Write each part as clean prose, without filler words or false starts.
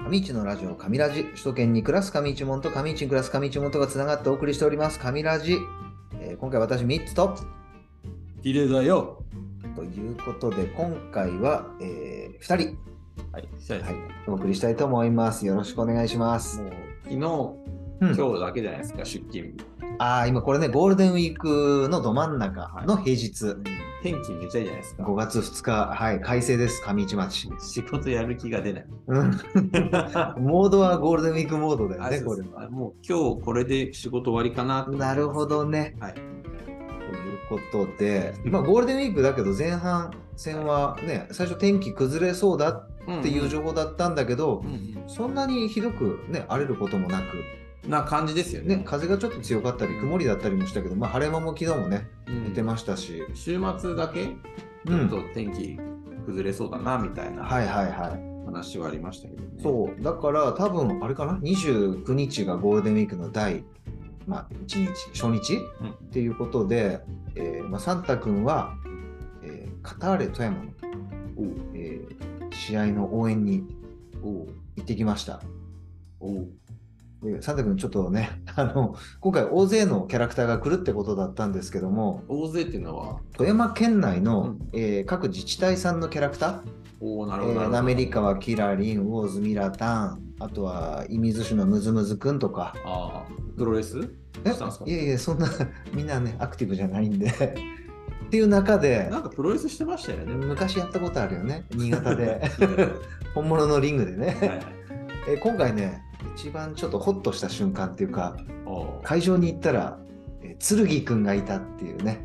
上市のラジオ、上ラジ。首都圏に暮らす上市門と上市に暮らす上市門とがつながってお送りしております。上ラジ。今回私3つと。 綺麗だよ。 ということで、今回は、2人、 はい、したいです。 お送りしたいと思います。よろしくお願いします。 もう昨日、今日だけじゃないですか、出勤日。 今これね、ゴールデンウィークのど真ん中の平日。 天気めちゃいいじゃないですか。 5月2日、快晴です、上市町。 仕事やる気が出ない。 モードはゴールデンウィークモードだよね、これは。 もう今日これで仕事終わりかなと。 なるほどね。 はい。 ということで、ゴールデンウィークだけど前半戦はね、最初天気崩れそうだっていう情報だったんだけど、そんなにひどくね、荒れることもなく。 な感じですよね。 風がちょっと強かったり、曇りだったりもしたけど、晴れ間も昨日もね、出てましたし。 週末だけ、ちょっと天気崩れそうだな、みたいな話はありましたけどね。そう、 だから多分、あれかな、29日がゴールデンウィークの第1日、初日、っていうことで、サンタ君は、カターレ富山の、試合の応援に行ってきました。サンタ君ちょっとね、今回大勢のキャラクターが来るってことだったんですけども、 大勢っていうのは富山県内の、各自治体さんのキャラクター、アメリカはキラリン、ウォーズ、ミラタン、あとは射水市のムズムズくんとか。 プロレスしたんですか？ いや、そんなみんなね、アクティブじゃないんでっていう中で、 なんかプロレスしてましたよね。 昔やったことあるよね、新潟で本物のリングでね今回ね、一番ちょっとホッとした瞬間っていうか、会場に行ったら、剣くんがいたっていうね。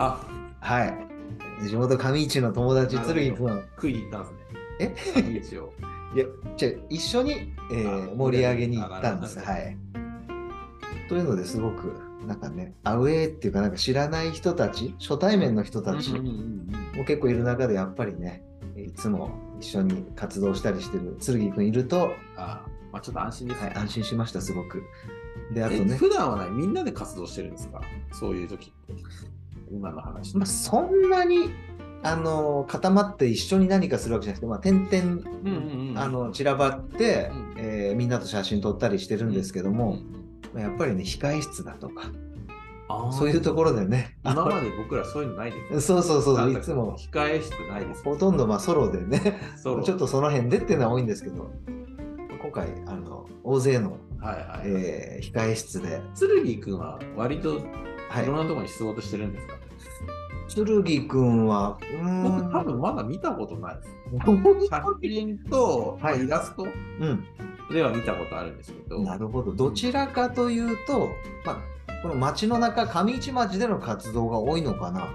地元上市の友達、剣くん。 食いに行ったんですね。上市を。 いや、一緒に、盛り上げに行ったんです。というのですごく、なんかね、アウェーっていうか、なんか知らない人たち、初対面の人たちも結構いる中で、やっぱりね、いつも一緒に活動したりしてる剣くんいると、 ちょっと安心ですね。 安心しました、すごく。で、あとね。 普段はみんなで活動してるんですか？そういう時って。今の話。 そんなに、固まって一緒に何かするわけじゃなくて、点々、散らばって、みんなと写真撮ったりしてるんですけども、やっぱりね、控室だとか、そういうところでね。 今まで僕らそういうのないです。 そう、いつも。 控室ないです。 ほとんどソロでね、ちょっとその辺でっていうのは多いんですけど、今回、大勢の控室で。 剣くんは割といろんなところに仕事してるんですか？ 剣くんは、 僕多分まだ見たことないです。写真とイラストでは見たことあるんですけど。 なるほど。どちらかというと、この街の中、上市町での活動が多いのかな。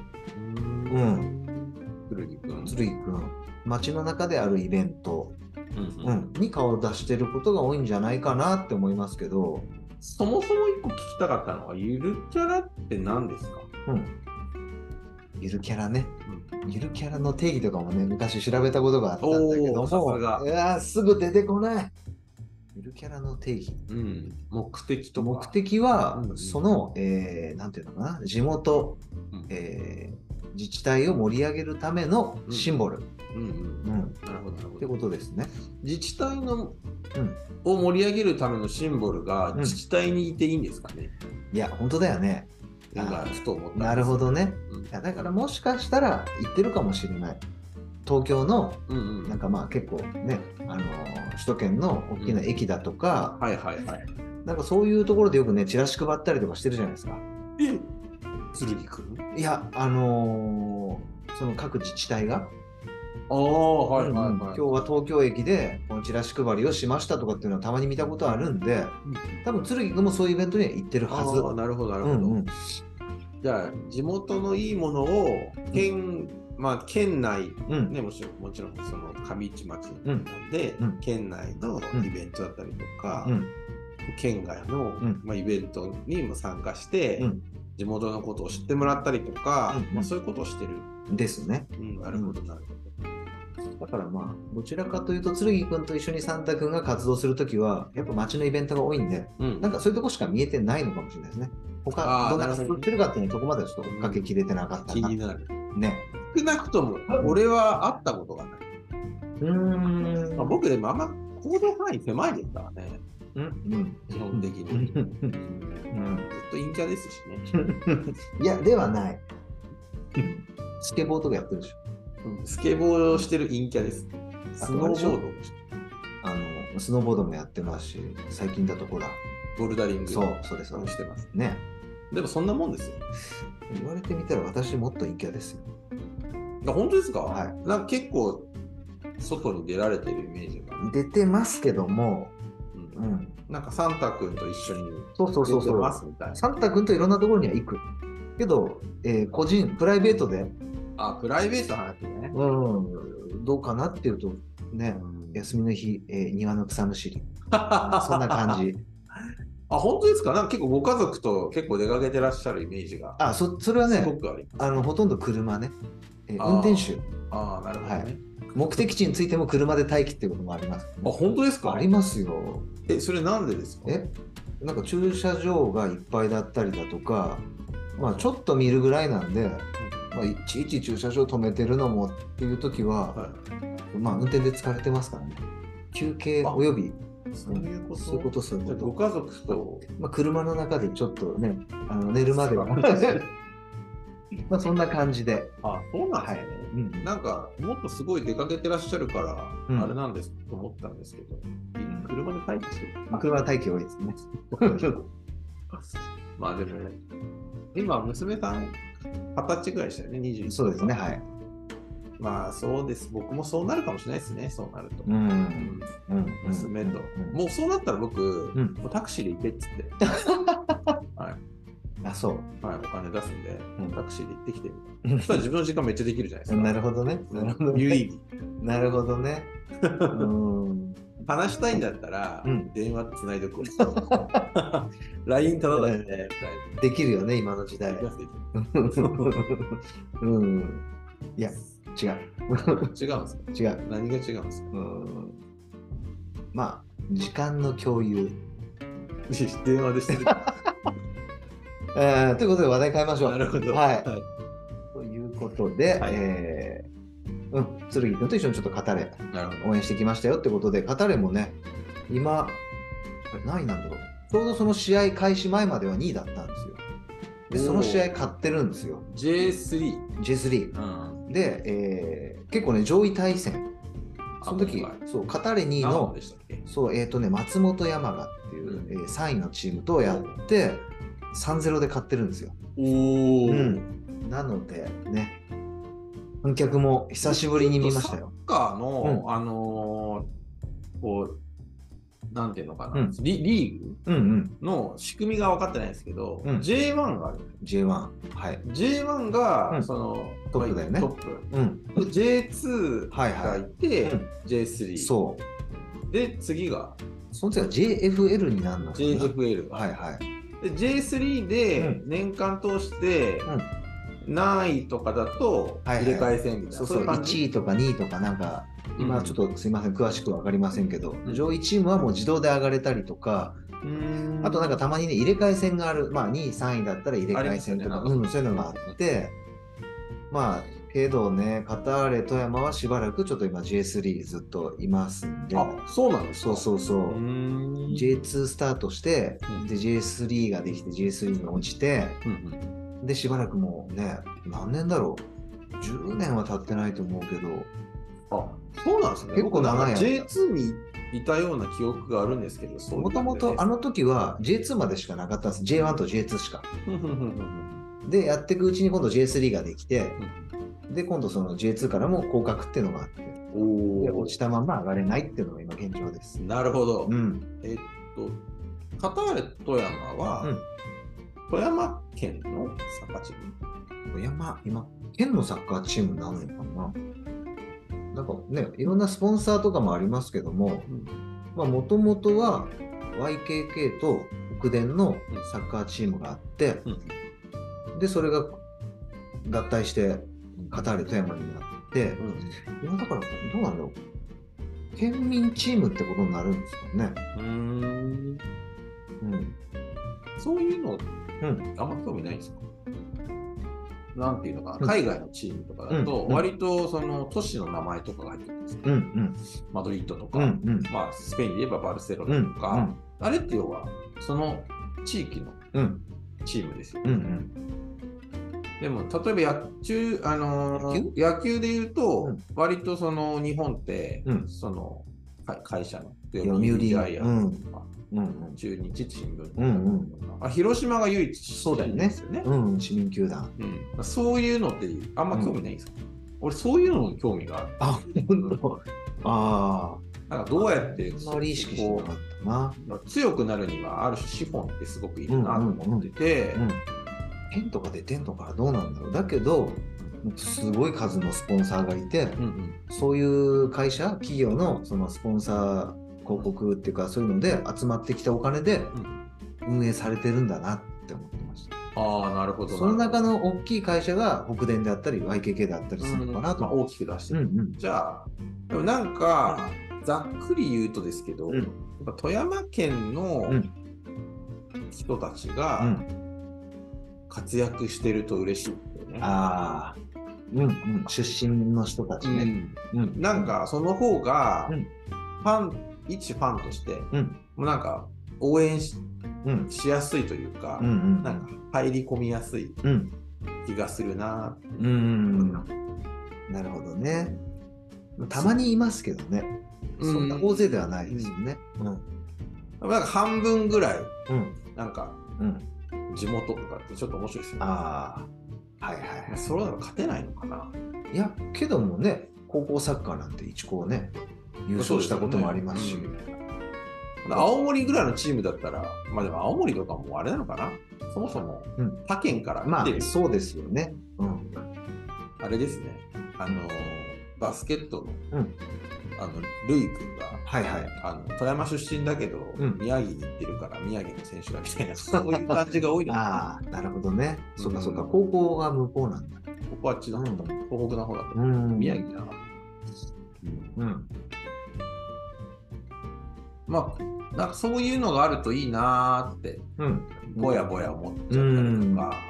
剣くん。街の中であるイベントに顔を出してることが多いんじゃないかなって思いますけど。 そもそも一個聞きたかったのは、ゆるキャラって何ですか？ ゆるキャラね。ゆるキャラの定義とかもね、昔調べたことがあったんだけども、すぐ出てこない。ゆるキャラの定義。 目的とか。 目的は、その、なんていうのかな、地元、自治体を盛り上げるためのシンボル。 なるほど。 ってことですね。 自治体の、を盛り上げるためのシンボルが自治体にいていいんですかね？ いや、本当だよね。 ふと思った。 なるほどね。だからもしかしたら言ってるかもしれない。東京の、なんか結構ね、首都圏の大きな駅だとか、なんかそういうところでよくね、チラシ配ったりとかしてるじゃないですか。 剣くん？ いや、その各自治体が、今日は東京駅でこのチラシ配りをしましたとかっていうのはたまに見たことあるんで、多分剣くんもそういうイベントには行ってるはず。 なるほど。じゃあ地元のいいものを県内、もちろんその上市町なんで、県内のイベントだったりとか、県外の、イベントにも参加して、地元のことを知ってもらったりとか、そういうことをしてるですね。 なるほど。 だからどちらかというと剣くんと一緒にサンタくんが活動するときはやっぱ街のイベントが多いんで、なんかそういうとこしか見えてないのかもしれないですね。他どんな活動してるかっていうのはそこまでちょっと追っかけきれてなかったな。 気になるね。 少なくとも俺は会ったことがない。僕でもあんま行動範囲狭いですからね。基本的に。ずっと陰キャですしね。 いや、ではない。スケボーとかやってるでしょ。 スケボーをしてる陰キャです。スノーボードもスノーボードもやってますし、最近だとほら、 ボルダリングそれしてます。 ね。 でもそんなもんですよ。 言われてみたら私もっと陰キャですよ。 本当ですか？ はい。 なんか結構外に出られてるイメージが。 出てますけども、 なんかサンタ君と一緒に出てますみたいな。サンタ君といろんなところには行く。けど、プライベートで。 プライベートの話ね。 どうかなっていうと、ね、休みの日、庭の草むしり。そんな感じ。 本当ですか？なんか結構ご家族と結構出かけてらっしゃるイメージが。 それはね、 すごくあります。 ほとんど車ね。運転手。 なるほどね。 目的地についても車で待機っていうこともあります、ね。 本当ですか？ ありますよ。 それなんでですか？ なんか駐車場がいっぱいだったりだとか、ちょっと見るぐらいなんで、いちいち駐車場止めてるのもっていう時は、運転で疲れてますからね。休憩および、 そういうこと。ご家族と、 車の中でちょっとね、寝るまでは。そんな感じで。 そうなんですね。なんか、もっとすごい出かけてらっしゃるから、あれなんですと思ったんですけど、車で待機してる。 車待機多いですね。 でもね、今、娘さん20歳ぐらいでしたよね、21歳。 そうですね、はい。 そうです。僕もそうなるかもしれないですね、そうなると。娘と。もうそうなったら僕、もうタクシーで行けっつって。はい。 そう。 はい、お金出すんで、タクシーで行ってきてみたいな。そしたら自分の時間めっちゃできるじゃないですか。 なるほどね。 有意義。 なるほどね。 話したいんだったら、電話つないでこう。LINE ただでできるよね、今の時代。いや、違う。 違うんですか？ 違う。 何が違うんですか？ 時間の共有。 電話でしてる。 ということで話題変えましょう。 なるほど。 はい。ということで、剣君と一緒にちょっと語れ、応援してきましたよってことで、語れもね、今、何位なんだろう。ちょうどその試合開始前までは2位だったんですよ。で、その試合勝ってるんですよ。J3。で、結構ね、上位対戦。その時、語れ2位の、松本山雅っていう、3位のチームとやって、3-0で勝ってるんですよ。なのでね、観客も久しぶりに見ましたよ。 サッカーの、なんていうのかな、リーグの仕組みが分かってないんですけど、J1 がある。 J1。はい。 J1 が、 トップだよね。 トップ。J2 がいて、J3。 そう。 で、次が。 その次は JFL になるのかな。 JFL。 はいはい。 で J3 で年間通して何位とかだと入れ替え戦みたいな。 そう1位とか2位とかなんか今ちょっとすいません詳しく分かりませんけど、上位チームはもう自動で上がれたりとか、あとなんかたまにね入れ替え戦がある、2位3位だったら入れ替え戦とか、そういうのがあって、けどね、カターレ富山はしばらくちょっと今 J3 ずっといますんで。 そうなんですか？ そう。J2 スタートして、で J3 ができて J3 に落ちて、でしばらくもうね、何年だろう。10年は経ってないと思うけど。 そうなんですね。 結構長い。 J2 にいたような記憶があるんですけど、 もともとあの時は J2 までしかなかったんです。J1 と J2 しか。で、やっていくうちに今度 J3 ができて、で、今度その J2 からも降格っていうのがあって、で落ちたまま上がれないっていうのが今現状です。 なるほど。カターレ富山は、富山県のサッカーチーム？ 今、県のサッカーチームなのかな？なんかね、いろんなスポンサーとかもありますけども、もともとは YKK と北電のサッカーチームがあって、で、それが合体してカターレ富山になって、今だからどうなんだろう。県民チームってことになるんですかね。 そういうの、あんま興味ないですか？ なんていうのかな、海外のチームとかだと、割とその都市の名前とかが入ってるんですよ。マドリッドとか、まあ、スペインで言えばバルセロナとか、あれって要は、その地域のチームですよ。でも、例えば野球で言うと、割とその日本って、その会社の読売ジャイアンツとか、中日新聞とか、広島が唯一そうだよね。市民球団。 そういうのってあんま興味ないんですか？俺、そういうのに興味がある。 あ、本当。ああ。なんかどうやってあまり意識してなかったな。 強くなるにはある種資本ってすごくいいなと思ってて、 点とか出てんのかどうなんだろう。だけどすごい数のスポンサーがいて、そういう会社企業のそのスポンサー広告っていうかそういうので集まってきたお金で運営されてるんだなって思ってました。 ああ、なるほど。 その中の大きい会社が北電であったり YKK であったりするのかなと。 大きく出してる。じゃあでもなんかざっくり言うとですけど、やっぱ富山県の人たちが活躍してると嬉しいんだよね。 ああ、出身の人たちね。 なんかその方が一ファンとして、もうなんか応援しやすいというか、なんか入り込みやすい気がするな。 なるほどね。たまにいますけどね。そんな大勢ではないですよね。 なんか半分ぐらい、なんか地元とかってちょっと面白いですよね。 ああ、はいはい。 それなら勝てないのかな。 いや、けどもね、高校サッカーなんて一校ね、優勝したこともありますし。 青森ぐらいのチームだったら、まあでも青森とかもあれなのかな。そもそも他県から来てる。 まあそうですよね。 あれですね。バスケットのルイ君が、富山出身だけど、宮城に行ってるから宮城の選手がみたいな、そういう感じが多いのかな。 ああ、なるほどね。そうかそうか、高校が向こうなんだ。 ここはあっちだと思う。東北の方だと思う。宮城だな。まあ、なんかそういうのがあるといいなーって、ぼやぼや思っちゃったりとか。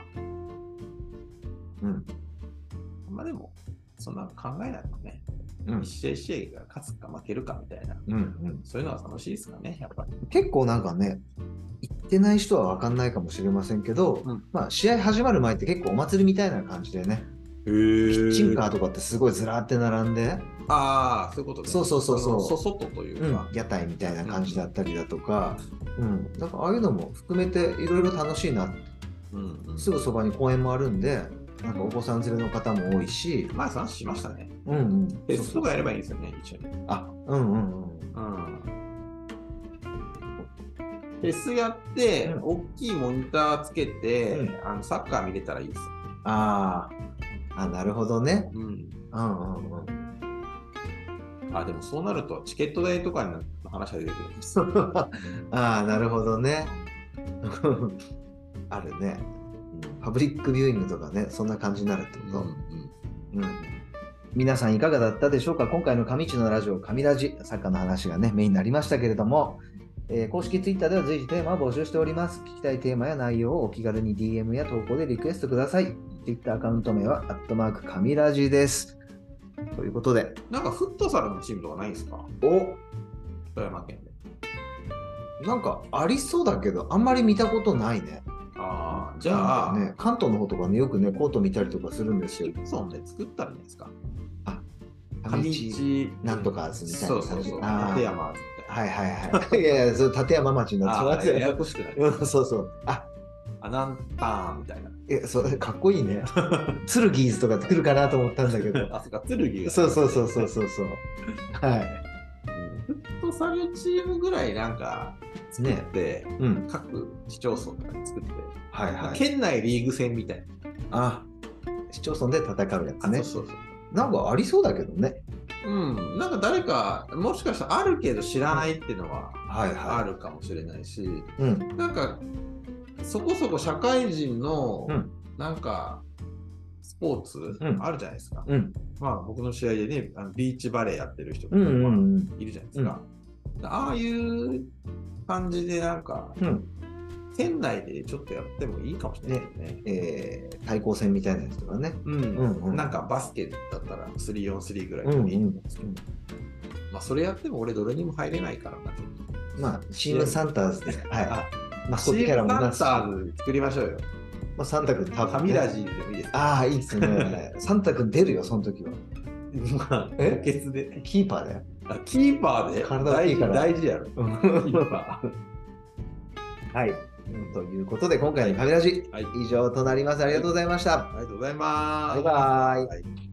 まあでも、そんな考えないもんね。一試合一試合が勝つか負けるかみたいな、そういうのは楽しいですかね、やっぱり。 結構なんかね、行ってない人は分かんないかもしれませんけど、まあ試合始まる前って結構お祭りみたいな感じでね、キッチンカーとかってすごいずらーって並んで、 ああ、そういうことね。 そう。 外というか、 屋台みたいな感じだったりだとか、だからああいうのも含めていろいろ楽しいなって、すぐそばに公園もあるんで、なんかお子さん連れの方も多いし、 前話しましたね。フェスとかやればいいんですよね、一緒に。フェスやって、大きいモニターつけて、サッカー見れたらいいですよ。 あ、なるほどね。 でもそうなると、チケット代とかの話が出てくるんです。 なるほどね。あるね。パブリックビューイングとかね、そんな感じになるってこと。皆さんいかがだったでしょうか。今回の上市のラジオ、上ラジ、サッカーの話がね、メインになりましたけれども、公式 Twitter では随時テーマを募集しております。聞きたいテーマや内容をお気軽に DM や投稿でリクエストください。Twitter アカウント名は、上ラジです。ということで。 なんかフットサルのチームとかないんですか？富山県で。 なんかありそうだけど、あんまり見たことないね。 じゃあ、 ね、関東の方とかね、よくね、コート見たりとかするんですよ。 そうね、作ったらいいんですか。 上市なんとかみたいな。 そう。立山。 いや、それ立山町になってますよ。 ややこしくなる。 そう。 なんたーみたいな。 それかっこいいね。ツルギーズとか作るかなと思ったんだけど。 そっか、ツルギーズ。そう。はい。 フットサルチームぐらいなんか作って、各市町村とかに作って、県内リーグ戦みたいな。市町村で戦うやつね。 そう。 なんかありそうだけどね。 なんか誰か、もしかしたらあるけど知らないっていうのはあるかもしれないし、なんかそこそこ社会人のなんかスポーツあるじゃないですか。まあ僕の試合でね、ビーチバレーやってる人とかいるじゃないですか。ああいう感じでなんか県内でちょっとやってもいいかもしれないね。 対抗戦みたいなやつとかね。 なんかバスケだったら 3on3 ぐらいでもいいんですけど、まあそれやっても俺どれにも入れないからな、ちょっと。 まあ、チームサンターズで、はい。 マスコットキャラもサンターズ作りましょうよ。 まあ、サンタ君多分、 神ラジーでもいいですか。 ああ、いいですね。サンタ君出るよ、その時は。 まあ、補欠で。 キーパーだよ。 キーパーで体大きいから大事やろ。キーパー。はい。ということで、今回の神ラジ、以上となります。ありがとうございました。 ありがとうございます。 バイバイ。